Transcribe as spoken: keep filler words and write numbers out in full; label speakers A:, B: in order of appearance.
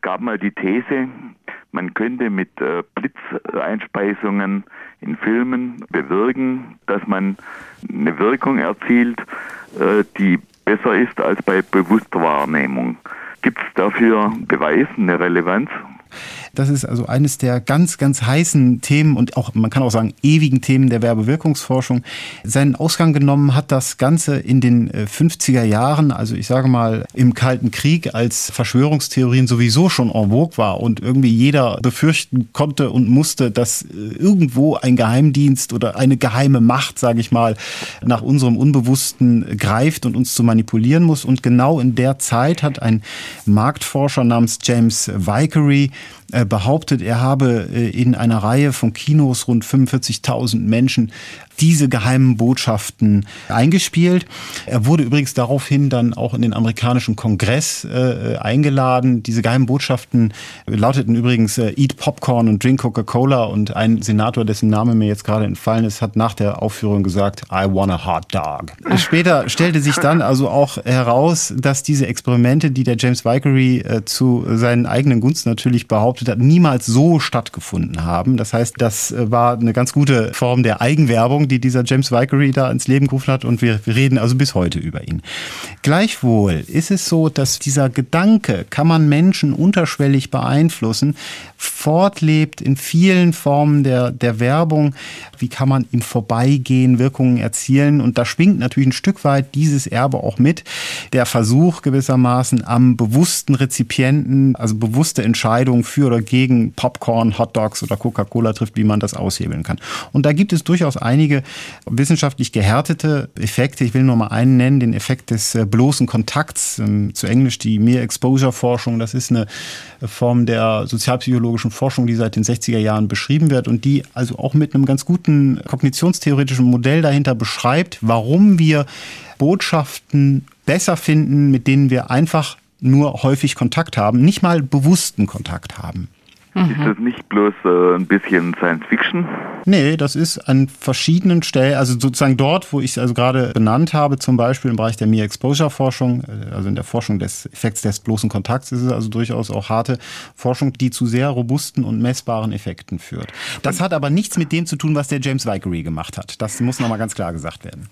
A: gab mal die These, man könnte mit äh, Blitzeinspeisungen in Filmen bewirken, dass man eine Wirkung erzielt, äh, die besser ist als bei bewusster Wahrnehmung. Gibt es dafür Beweis, eine Relevanz?
B: Das ist also eines der ganz, ganz heißen Themen und auch, man kann auch sagen, ewigen Themen der Werbewirkungsforschung. Seinen Ausgang genommen hat das Ganze in den fünfziger Jahren, also ich sage mal im Kalten Krieg, als Verschwörungstheorien sowieso schon en vogue war und irgendwie jeder befürchten konnte und musste, dass irgendwo ein Geheimdienst oder eine geheime Macht, sage ich mal, nach unserem Unbewussten greift und uns zu manipulieren muss. Und genau in der Zeit hat ein Marktforscher namens James Vicary behauptet, er habe in einer Reihe von Kinos rund fünfundvierzigtausend Menschen diese geheimen Botschaften eingespielt. Er wurde übrigens daraufhin dann auch in den amerikanischen Kongress äh, eingeladen. Diese geheimen Botschaften lauteten übrigens äh, Eat Popcorn und Drink Coca-Cola, und ein Senator, dessen Name mir jetzt gerade entfallen ist, hat nach der Aufführung gesagt, I want a hot dog. Später stellte sich dann also auch heraus, dass diese Experimente, die der James Vicary äh, zu seinen eigenen Gunsten natürlich behauptet hat, niemals so stattgefunden haben. Das heißt, das äh, war eine ganz gute Form der Eigenwerbung, die dieser James Vicary da ins Leben gerufen hat, und wir, wir reden also bis heute über ihn. Gleichwohl ist es so, dass dieser Gedanke, kann man Menschen unterschwellig beeinflussen, fortlebt in vielen Formen der, der Werbung. Wie kann man im Vorbeigehen Wirkungen erzielen? Und da schwingt natürlich ein Stück weit dieses Erbe auch mit. Der Versuch gewissermaßen am bewussten Rezipienten, also bewusste Entscheidungen für oder gegen Popcorn, Hotdogs oder Coca-Cola trifft, wie man das aushebeln kann. Und da gibt es durchaus einige wissenschaftlich gehärtete Effekte. Ich will nur mal einen nennen, den Effekt des bloßen Kontakts, zu Englisch die Mere-Exposure-Forschung. Das ist eine Form der sozialpsychologischen Forschung, die seit den sechziger Jahren beschrieben wird und die also auch mit einem ganz guten kognitionstheoretischen Modell dahinter beschreibt, warum wir Botschaften besser finden, mit denen wir einfach nur häufig Kontakt haben, nicht mal bewussten Kontakt haben.
A: Ist das nicht bloß äh, ein bisschen Science Fiction?
B: Nee, das ist an verschiedenen Stellen, also sozusagen dort, wo ich es also gerade benannt habe, zum Beispiel im Bereich der Mere-Exposure-Forschung, also in der Forschung des Effekts des bloßen Kontakts, ist es also durchaus auch harte Forschung, die zu sehr robusten und messbaren Effekten führt. Das hat aber nichts mit dem zu tun, was der James Vicary gemacht hat. Das muss nochmal ganz klar gesagt werden.